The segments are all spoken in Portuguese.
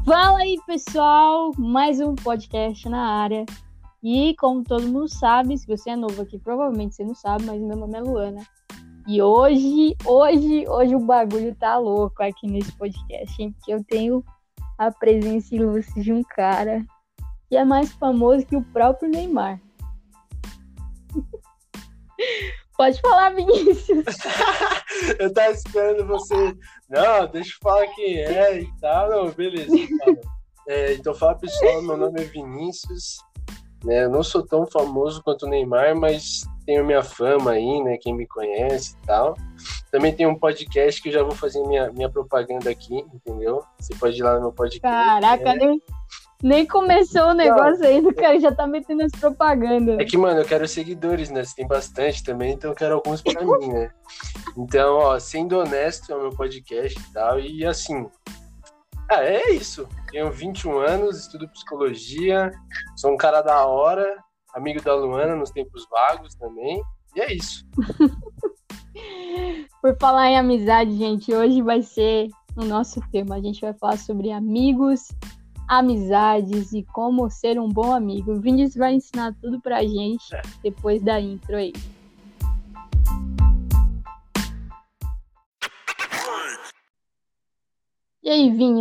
Fala aí, pessoal! Mais um podcast na área. E como todo mundo sabe, se você é novo aqui, provavelmente você não sabe, mas meu nome é Luana. E hoje o bagulho tá louco aqui nesse podcast, hein? Porque eu tenho a presença ilustre de um cara que é mais famoso que o próprio Neymar. Pode falar, Vinícius. Eu tava esperando você. Não, deixa eu falar quem é e tal. Não, beleza. Então fala, pessoal, meu nome é Vinícius. Eu não sou tão famoso quanto o Neymar, mas tenho minha fama aí, né? Quem me conhece e tal. Também tem um podcast que eu já vou fazer minha propaganda aqui, entendeu? Você pode ir lá no meu podcast. Caraca, nem começou o negócio ainda, o cara já tá metendo as propagandas. É que, mano, eu quero seguidores, né? Você tem bastante também, então eu quero alguns pra mim, né? Então, ó, Sendo Honesto é o meu podcast e tal. E assim, é isso. Tenho 21 anos, estudo psicologia, sou um cara da hora, amigo da Luana nos tempos vagos também. E é isso. Por falar em amizade, gente, hoje vai ser o nosso tema. A gente vai falar sobre amigos, amizades e como ser um bom amigo. O Vinícius vai ensinar tudo pra gente depois da intro aí. E aí, Vini,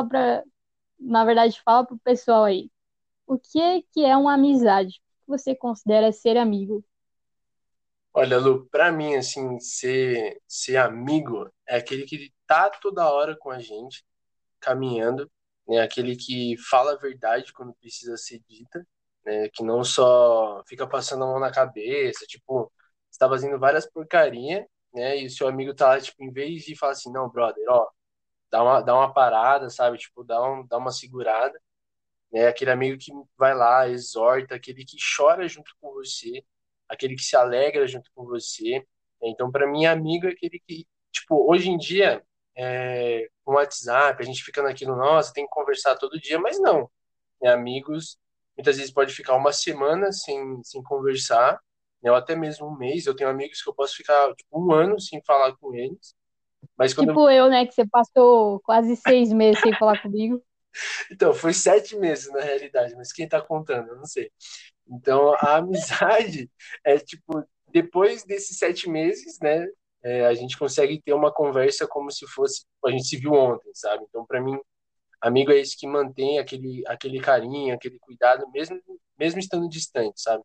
fala pro pessoal aí. O que é uma amizade? O que você considera ser amigo? Olha, Lu, pra mim, assim, ser amigo é aquele que tá toda hora com a gente, caminhando, né? Aquele que fala a verdade quando precisa ser dita, né? Que não só fica passando a mão na cabeça, tipo, você tá fazendo várias porcaria, né? E o seu amigo tá lá, tipo, em vez de falar assim, não, brother, ó, dá uma parada, sabe? Tipo, dá uma segurada, né? Aquele amigo que vai lá, exorta, aquele que chora junto com você, aquele que se alegra junto com você. Então, para mim, amigo é aquele que, tipo, hoje em dia, com o WhatsApp, a gente fica naquilo, nossa, tem que conversar todo dia, mas não. Né? Amigos, muitas vezes pode ficar uma semana sem conversar, né? Ou até mesmo um mês. Eu tenho amigos que eu posso ficar, tipo, um ano sem falar com eles, mas quando Tipo eu, né, que você passou quase 6 meses sem falar comigo. Então, foi 7 meses na realidade, mas quem tá contando? Eu não sei. Então, a amizade é tipo, depois desses 7 meses, né, a gente consegue ter uma conversa como se fosse, a gente se viu ontem, sabe? Então, para mim, amigo é esse que mantém aquele carinho, aquele cuidado, mesmo estando distante, sabe?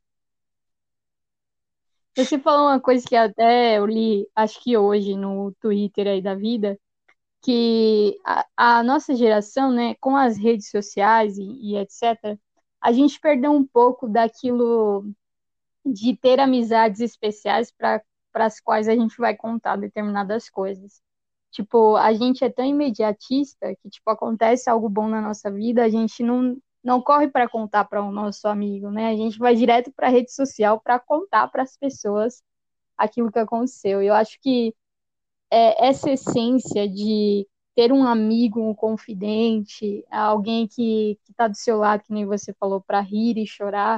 Você falou uma coisa que até eu li, acho que hoje, no Twitter aí da vida, que a nossa geração, né, com as redes sociais e etc., a gente perdeu um pouco daquilo de ter amizades especiais para as quais a gente vai contar determinadas coisas. Tipo, a gente é tão imediatista que, tipo, acontece algo bom na nossa vida, a gente não corre para contar para o nosso amigo, né? A gente vai direto para a rede social para contar para as pessoas aquilo que aconteceu. E eu acho que essa essência de ter um amigo, um confidente, alguém que está do seu lado, que nem você falou, para rir e chorar,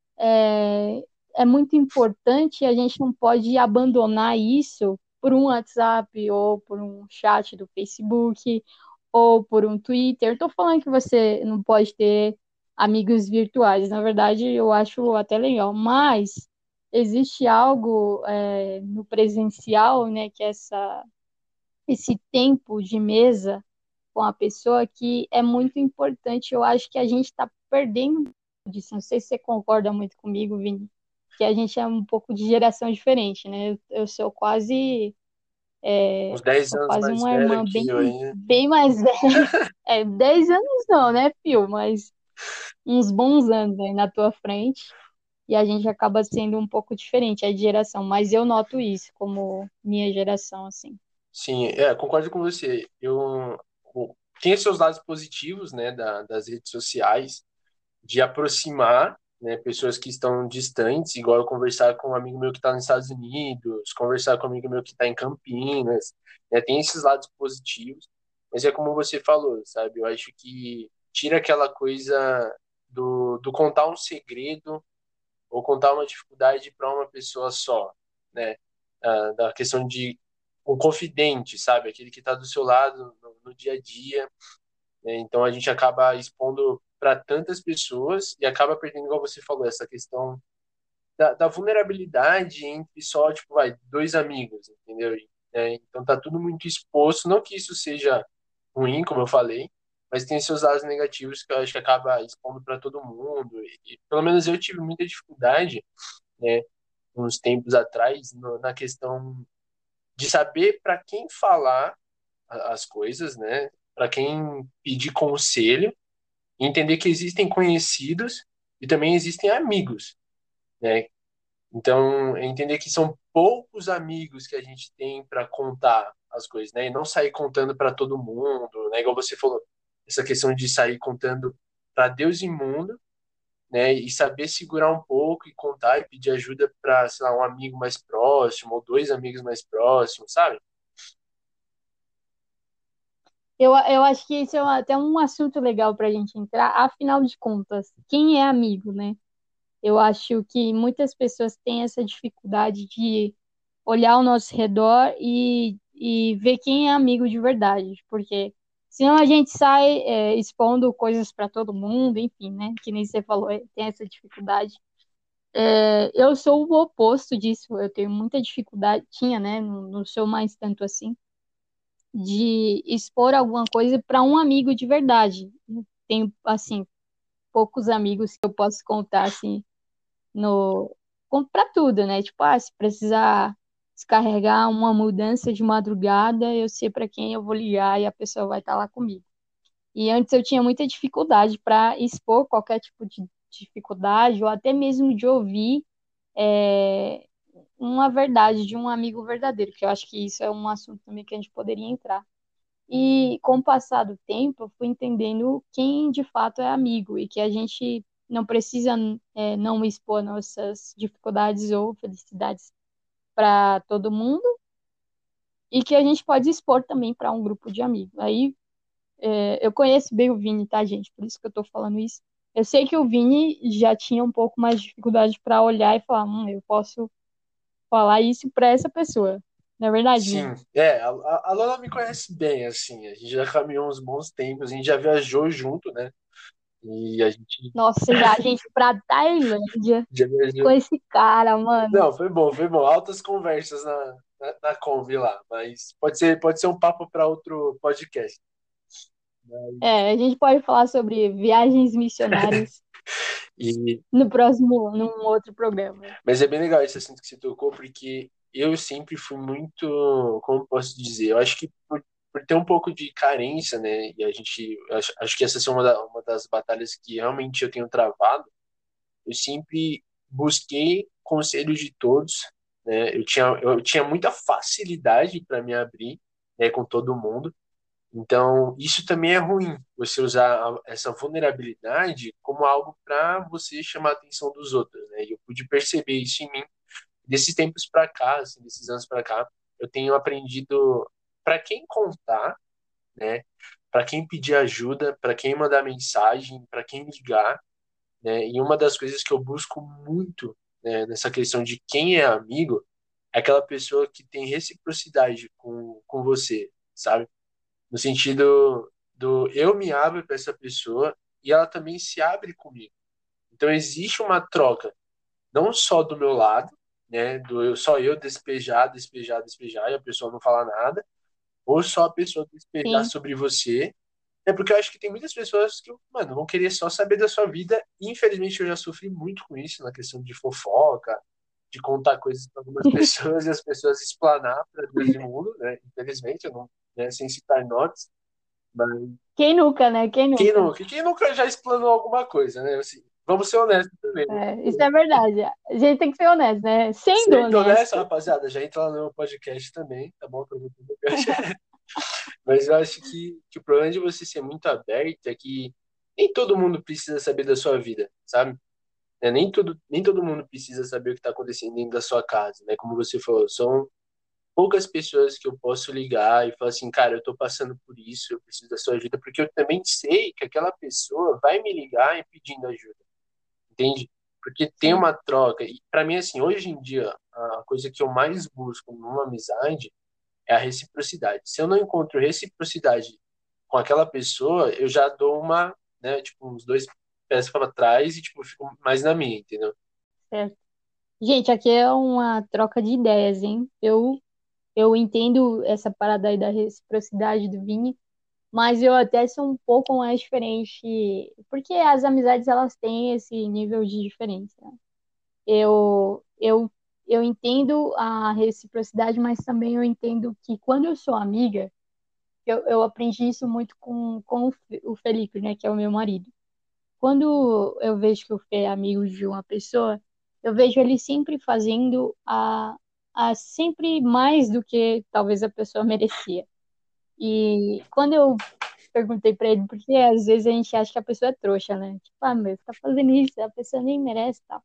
é muito importante e a gente não pode abandonar isso por um WhatsApp ou por um chat do Facebook ou por um Twitter. Estou falando que você não pode ter amigos virtuais. Na verdade, eu acho até legal, mas existe algo no presencial, né, que é esse tempo de mesa com a pessoa que é muito importante. Eu acho que a gente está perdendo disso. Não sei se você concorda muito comigo, Vini, que a gente é um pouco de geração diferente, né? Eu sou quase, Uns 10 sou anos quase mais uma velho irmã que eu ainda. bem mais velha. 10 anos não, né, Pio? Mas uns bons anos aí na tua frente. E a gente acaba sendo um pouco diferente, de geração. Mas eu noto isso como minha geração, assim. Sim, concordo com você. Tem seus lados positivos, né, das redes sociais, de aproximar, né, pessoas que estão distantes, igual eu conversar com um amigo meu que está nos Estados Unidos, conversar com um amigo meu que está em Campinas, né, tem esses lados positivos, mas é como você falou, sabe? Eu acho que tira aquela coisa do contar um segredo ou contar uma dificuldade para uma pessoa só, né? Da questão de um confidente, sabe? Aquele que está do seu lado no dia a dia, né? Então a gente acaba expondo para tantas pessoas e acaba perdendo, igual você falou, essa questão da vulnerabilidade entre só, tipo, vai, dois amigos, entendeu? Então tá tudo muito exposto, não que isso seja ruim, como eu falei, mas tem seus lados negativos que eu acho que acaba expondo para todo mundo. Pelo menos eu tive muita dificuldade, né, uns tempos atrás, na questão de saber para quem falar as coisas, né, para quem pedir conselho, e entender que existem conhecidos e também existem amigos, né? Então, é entender que são poucos amigos que a gente tem para contar as coisas, né? E não sair contando para todo mundo, né? Igual você falou, essa questão de sair contando para Deus e mundo, né? E saber segurar um pouco e contar e pedir ajuda para, sei lá, um amigo mais próximo ou dois amigos mais próximos, sabe? Eu acho que isso é até um assunto legal para a gente entrar. Afinal de contas, quem é amigo, né? Eu acho que muitas pessoas têm essa dificuldade de olhar ao nosso redor e ver quem é amigo de verdade, porque senão a gente sai expondo coisas para todo mundo, enfim, né? Que nem você falou, tem essa dificuldade. Eu sou o oposto disso, eu tenho muita dificuldade, tinha, né? Não sou mais tanto assim, de expor alguma coisa para um amigo de verdade. Tenho, assim, poucos amigos que eu posso contar, assim, no para tudo, né? Tipo, se precisar descarregar uma mudança de madrugada, eu sei para quem eu vou ligar e a pessoa vai estar lá comigo. E antes eu tinha muita dificuldade para expor qualquer tipo de dificuldade ou até mesmo de ouvir é, uma verdade de um amigo verdadeiro, que eu acho que isso é um assunto também que a gente poderia entrar. E com o passar do tempo, eu fui entendendo quem de fato é amigo e que a gente não precisa não expor nossas dificuldades ou felicidades para todo mundo e que a gente pode expor também para um grupo de amigos. Aí eu conheço bem o Vini, tá, gente? Por isso que eu tô falando isso. Eu sei que o Vini já tinha um pouco mais de dificuldade para olhar e falar, eu posso falar isso para essa pessoa. Não é verdade, Vini? Sim, a Lola me conhece bem, assim, a gente já caminhou uns bons tempos, a gente já viajou junto, né? E a gente Nossa, já a gente pra Tailândia já com viajou. esse cara, mano. Não, foi bom, foi bom. Altas conversas na Kombi lá, mas pode ser um papo para outro podcast. A gente pode falar sobre viagens missionárias E, no próximo, num outro programa. mas é bem legal esse assunto que você tocou, porque eu sempre fui muito, como posso dizer, eu acho que por ter um pouco de carência, né, e a gente, acho que essa é uma das batalhas que realmente eu tenho travado, eu sempre busquei conselhos de todos, né, eu tinha muita facilidade para me abrir, né, com todo mundo. Então, isso também é ruim, você usar essa vulnerabilidade como algo para você chamar a atenção dos outros, né? E eu pude perceber isso em mim desses tempos para cá, assim, desses anos para cá, eu tenho aprendido para quem contar, né? Para quem pedir ajuda, para quem mandar mensagem, para quem ligar, né? E uma das coisas que eu busco muito, né, nessa questão de quem é amigo é aquela pessoa que tem reciprocidade com você, sabe? No sentido do eu me abro para essa pessoa e ela também se abre comigo. Então existe uma troca, não só do meu lado, né, só eu despejar, despejar, despejar e a pessoa não falar nada, ou só a pessoa despejar Sim, sobre você. É porque eu acho que tem muitas pessoas que, mano, vão querer só saber da sua vida. E, infelizmente, eu já sofri muito com isso na questão de fofoca, de contar coisas para algumas pessoas e as pessoas explanar para Deus e mundo, né? Infelizmente, eu não, né, sem citar nomes, mas quem nunca, né? Quem nunca? quem nunca já explanou alguma coisa, né? Assim, vamos ser honestos também, né? Isso é verdade. A gente tem que ser honesto, né? Sendo Sendo honesto, honesto. rapaziada, já entra lá no meu podcast também, tá bom? Mas eu acho que o problema de você ser muito aberto é que nem todo mundo precisa saber da sua vida, sabe? Nem todo mundo precisa saber o que está acontecendo dentro da sua casa, né? Como você falou, são poucas pessoas que eu posso ligar e falar assim, cara, eu tô passando por isso, eu preciso da sua ajuda, porque eu também sei que aquela pessoa vai me ligar e pedindo ajuda, entende? Porque tem Sim, uma troca. E para mim, assim, hoje em dia, a coisa que eu mais busco numa amizade é a reciprocidade. Se eu não encontro reciprocidade com aquela pessoa, eu já dou uma, né, tipo, uns dois pés para trás e, tipo, fico mais na minha, entendeu? Certo. Gente, aqui é uma troca de ideias, hein? Eu entendo essa parada aí da reciprocidade do Vini, mas eu até sou um pouco mais diferente, porque as amizades elas têm esse nível de diferença, né? Eu, eu entendo a reciprocidade, mas também eu entendo que quando eu sou amiga, eu aprendi isso muito com o Felipe, né, que é o meu marido. Quando eu vejo que o Fê é amigo de uma pessoa, eu vejo ele sempre fazendo a sempre mais do que talvez a pessoa merecia. E quando eu perguntei pra ele, porque às vezes a gente acha que a pessoa é trouxa, né? Tipo, ah, meu, tá fazendo isso, a pessoa nem merece, tal.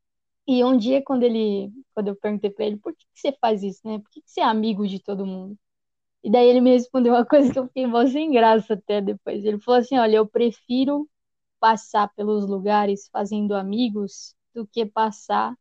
E um dia, quando eu perguntei pra ele, por que que você faz isso, né? Por que que você é amigo de todo mundo? E daí ele me respondeu uma coisa que eu fiquei mó sem graça até depois. Ele falou assim, olha, eu prefiro passar pelos lugares fazendo amigos do que passar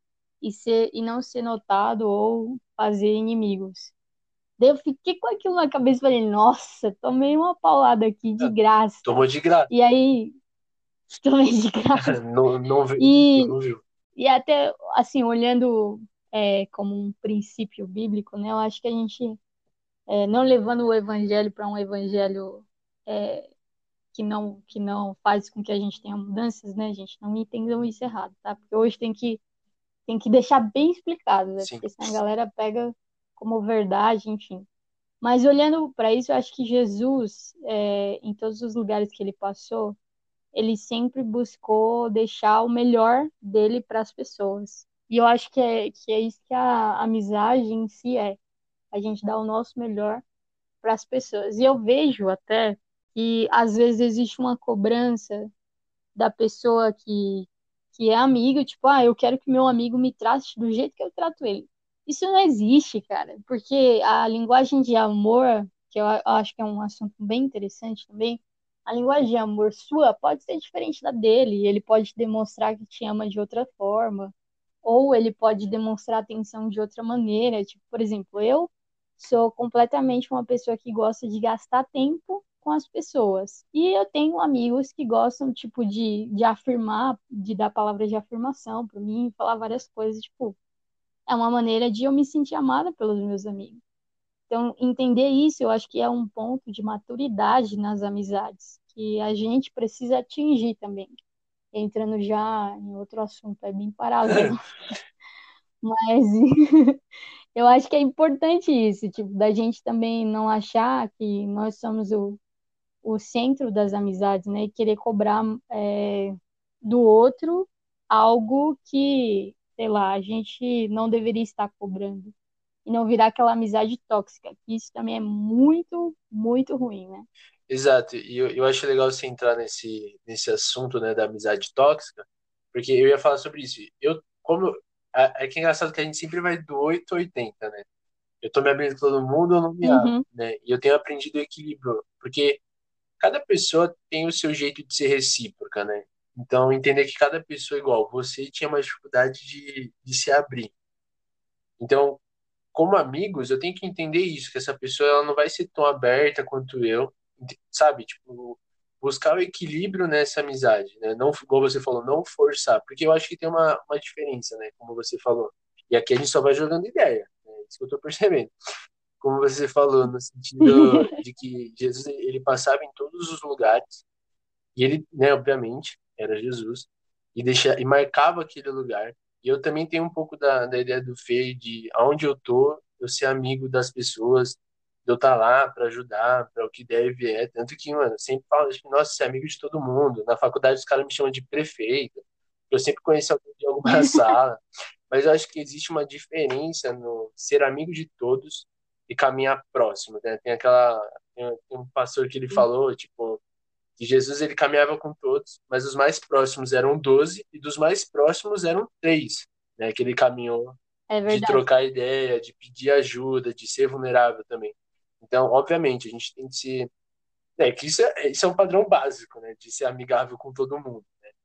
e não ser notado ou fazer inimigos. Daí eu fiquei com aquilo na cabeça e falei, nossa, tomei uma paulada aqui de É, graça. tomou de graça. E aí, tomei de graça. Não, não viu, E, não viu. e até, assim, olhando como um princípio bíblico, né? Eu acho que a gente, não levando o evangelho para um evangelho é, que não faz com que a gente tenha mudanças, né, gente? Não entendam isso errado, tá? Porque hoje tem que deixar bem explicado, né? Sim. Porque senão a galera pega como verdade, enfim. Mas olhando para isso, eu acho que Jesus, em todos os lugares que ele passou, ele sempre buscou deixar o melhor dele para as pessoas. E eu acho que é isso que a amizade em si é. A gente dá o nosso melhor para as pessoas. E eu vejo até que às vezes existe uma cobrança da pessoa que é amigo, tipo, ah, eu quero que meu amigo me trate do jeito que eu trato ele. Isso não existe, cara, porque a linguagem de amor, que eu acho que é um assunto bem interessante também, a linguagem de amor sua pode ser diferente da dele, ele pode demonstrar que te ama de outra forma, ou ele pode demonstrar atenção de outra maneira. Tipo, por exemplo, eu sou completamente uma pessoa que gosta de gastar tempo com as pessoas. E eu tenho amigos que gostam, tipo, de afirmar, de dar palavras de afirmação para mim, falar várias coisas, tipo, é uma maneira de eu me sentir amada pelos meus amigos. Então, entender isso, eu acho que é um ponto de maturidade nas amizades, que a gente precisa atingir também. Entrando já em outro assunto, é bem paralelo, mas eu acho que é importante isso, tipo, da gente também não achar que nós somos o centro das amizades, né? E querer cobrar do outro algo que, sei lá, a gente não deveria estar cobrando. E não virar aquela amizade tóxica, que isso também é muito, muito ruim, né? Exato. E eu acho legal você entrar nesse assunto, né, da amizade tóxica, porque eu ia falar sobre isso. É que é engraçado que a gente sempre vai do 8 ao 80, né? Eu tô me abrindo com todo mundo, eu não me abro, Uhum. né? E eu tenho aprendido o equilíbrio, porque cada pessoa tem o seu jeito de ser recíproca, né? Então, entender que cada pessoa é igual. Você tinha uma dificuldade de se abrir. Então, como amigos, eu tenho que entender isso, que essa pessoa ela não vai ser tão aberta quanto eu, sabe? Tipo, buscar o equilíbrio nessa amizade, né? Não, igual você falou, não forçar, porque eu acho que tem uma diferença, né? Como você falou. E aqui a gente só vai jogando ideia, né? Isso que eu tô percebendo. Como você falou, no sentido de que Jesus, ele passava em todos os lugares, e ele, né, obviamente, era Jesus, e marcava aquele lugar. E eu também tenho um pouco da ideia do Fê, de aonde eu tô, eu ser amigo das pessoas, de eu estar lá para ajudar, para o que deve é. Tanto que, mano, eu sempre falo, assim, nossa, você é amigo de todo mundo. Na faculdade os caras me chamam de prefeito. Eu sempre conheci alguém de alguma sala. Mas eu acho que existe uma diferença no ser amigo de todos e caminhar próximo, né? Tem um pastor que ele falou, tipo, que Jesus ele caminhava com todos, mas os mais próximos eram 12 e dos mais próximos eram três, né? Que ele caminhou É de verdade. trocar ideia, de pedir ajuda, de ser vulnerável também. Então, obviamente, a gente tem que ser. Que isso é um padrão básico, né? De ser amigável com todo mundo.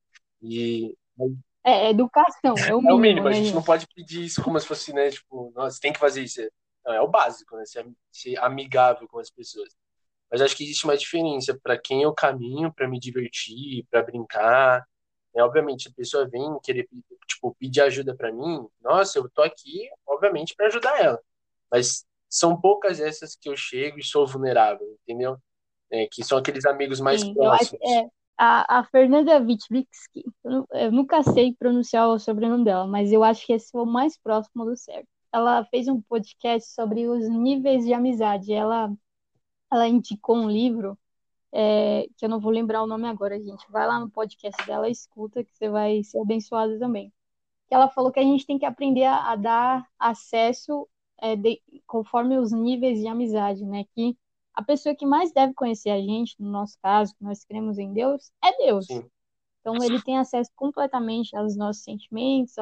E É educação, é o é o mínimo, mínimo, a né, gente não gente? pode pedir isso como se fosse, né? Tipo, nossa, tem que fazer isso. Não, é o básico, né? Ser amigável com as pessoas. Mas acho que existe uma diferença para quem eu caminho para me divertir, para brincar. Obviamente, a pessoa vem querer, tipo, pedir ajuda para mim. Nossa, eu tô aqui, obviamente, para ajudar ela. Mas são poucas essas que eu chego e sou vulnerável, entendeu? Que são aqueles amigos mais Sim, eu acho próximos. a Fernanda Witwicki, eu nunca sei pronunciar o sobrenome dela, mas eu acho que esse é o mais próximo do certo. Ela fez um podcast sobre os níveis de amizade. Ela indicou um livro, que eu não vou lembrar o nome agora, gente. Vai lá no podcast dela, escuta, que você vai ser abençoado também. Que ela falou que a gente tem que aprender a dar acesso conforme os níveis de amizade, né? Que a pessoa que mais deve conhecer a gente, no nosso caso, que nós cremos em Deus, é Deus. Sim. Então ele tem acesso completamente aos nossos sentimentos,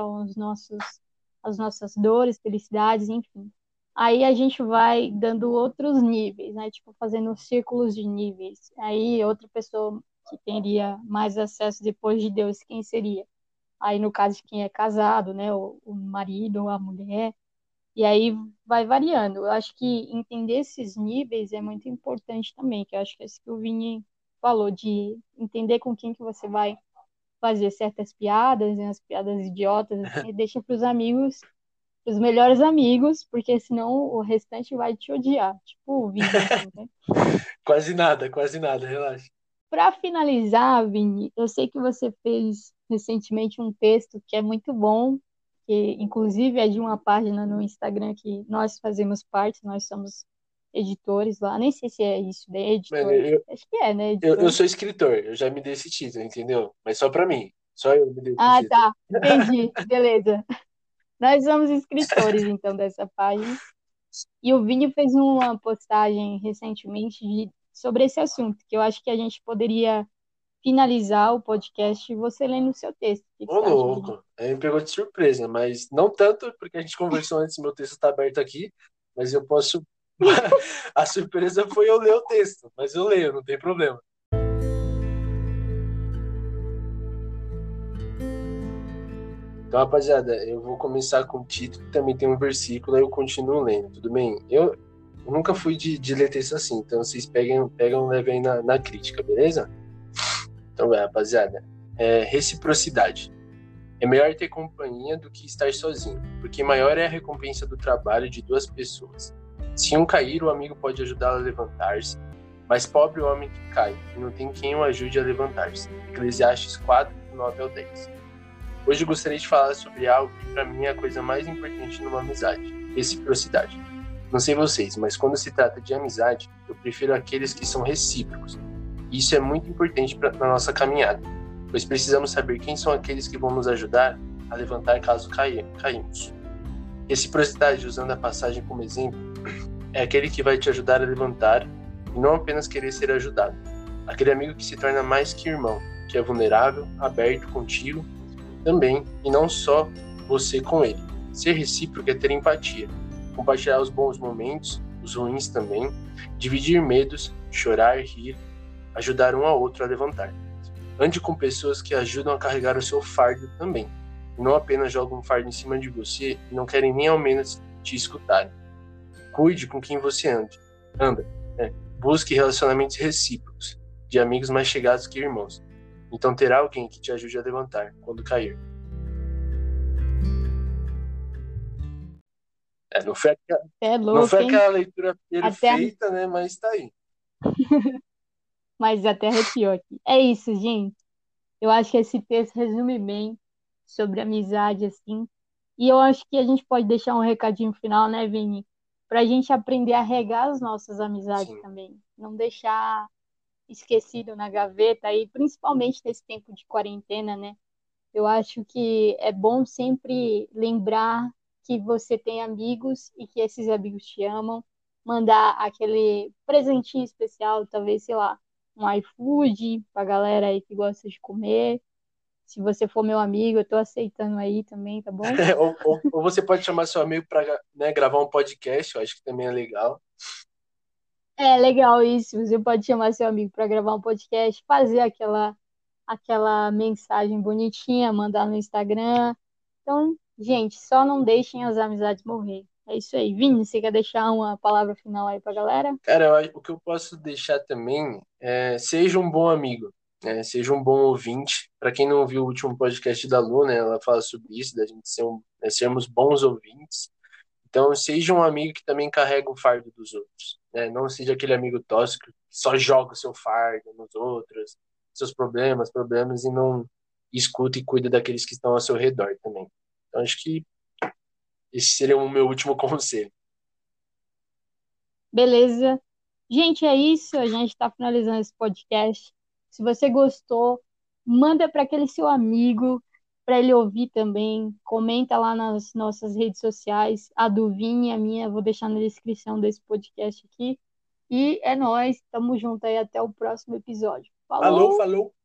às nossas dores, felicidades, enfim. Aí a gente vai dando outros níveis, né? Tipo, fazendo círculos de níveis. Aí outra pessoa que teria mais acesso depois de Deus, quem seria? Aí, no caso de quem é casado, né, o marido ou a mulher, e aí vai variando. Eu acho que entender esses níveis é muito importante também, que eu acho que é isso que o Vini falou, de entender com quem que você vai fazer certas piadas, né, as piadas idiotas, assim, e deixa para os amigos, os melhores amigos, porque senão o restante vai te odiar, tipo o Vini, assim, né? Quase nada, relaxa. Para finalizar, Vini, eu sei que você fez recentemente um texto que é muito bom, que inclusive é de uma página no Instagram que nós fazemos parte, nós somos editores lá. Nem sei se é isso, né? Mano, Editor. Acho que é, né? eu Editor. sou escritor, eu já me dei esse título, entendeu? Mas só pra mim. Só eu me dei esse Ah, título. tá. Entendi. Beleza. Nós somos escritores, então, dessa página. E o Vini fez uma postagem recentemente sobre esse assunto, que eu acho que a gente poderia finalizar o podcast você lendo o seu texto. O que que Ô, você acha, Vini? louco. Aí me pegou de surpresa, mas não tanto, porque a gente conversou antes, meu texto tá aberto aqui, mas eu posso. A surpresa foi eu ler o texto, mas eu leio, não tem problema. Então, rapaziada, eu vou começar com o título, também tem um versículo, aí eu continuo lendo, tudo bem? Eu nunca fui de ler texto assim, então vocês pegam leve aí na crítica, beleza? Então, rapaziada, reciprocidade. É melhor ter companhia do que estar sozinho, porque maior é a recompensa do trabalho de duas pessoas. Se um cair, o amigo pode ajudá-lo a levantar-se, mas pobre o homem que cai, e não tem quem o ajude a levantar-se. Eclesiastes 4, 9 ao 10. Hoje eu gostaria de falar sobre algo que para mim é a coisa mais importante numa amizade: reciprocidade. Não sei vocês, mas quando se trata de amizade, eu prefiro aqueles que são recíprocos. E isso é muito importante na nossa caminhada, pois precisamos saber quem são aqueles que vão nos ajudar a levantar caso caímos. Reciprocidade, usando a passagem como exemplo, é aquele que vai te ajudar a levantar e não apenas querer ser ajudado. Aquele amigo que se torna mais que irmão, que é vulnerável, aberto contigo também, e não só você com ele. Ser recíproco é ter empatia, compartilhar os bons momentos, os ruins também, dividir medos, chorar, rir, ajudar um ao outro a levantar. Ande com pessoas que ajudam a carregar o seu fardo também, e não apenas jogam um fardo em cima de você e não querem nem ao menos te escutar. Cuide com quem você anda. Busque relacionamentos recíprocos, de amigos mais chegados que irmãos. Então terá alguém que te ajude a levantar quando cair. É Não foi louco, hein? aquela leitura Até, perfeita, né? Mas tá aí. mas até arrepiou aqui. É isso, gente. Eu acho que esse texto resume bem sobre amizade, assim. E eu acho que a gente pode deixar um recadinho final, né, Vini? Pra gente aprender a regar as nossas amizades Sim. também. Não deixar esquecido na gaveta, e principalmente nesse tempo de quarentena, né? Eu acho que é bom sempre lembrar que você tem amigos e que esses amigos te amam. Mandar aquele presentinho especial, talvez, sei lá, um iFood pra galera aí que gosta de comer. Se você for meu amigo, eu tô aceitando aí também, tá bom? Ou você pode chamar seu amigo para, né, gravar um podcast, eu acho que também é legal. É legal isso. Você pode chamar seu amigo para gravar um podcast, fazer aquela mensagem bonitinha, mandar no Instagram. Então, gente, só não deixem as amizades morrer. É isso aí. Vini, você quer deixar uma palavra final aí pra galera? Cara, o que eu posso deixar também é seja um bom amigo, né? Seja um bom ouvinte. Para quem não viu o último podcast da Lu, né, ela fala sobre isso, da gente ser né, sermos bons ouvintes. Então, seja um amigo que também carrega o fardo dos outros, né? Não seja aquele amigo tóxico que só joga o seu fardo nos outros, seus problemas, e não escuta e cuida daqueles que estão ao seu redor também. Então, acho que esse seria o meu último conselho. Beleza. Gente, é isso. A gente está finalizando esse podcast. Se você gostou, manda para aquele seu amigo, para ele ouvir também. Comenta lá nas nossas redes sociais. A do Vini e a minha, eu vou deixar na descrição desse podcast aqui. E é nóis. Tamo junto aí. Até o próximo episódio. Falou, Falou! falou!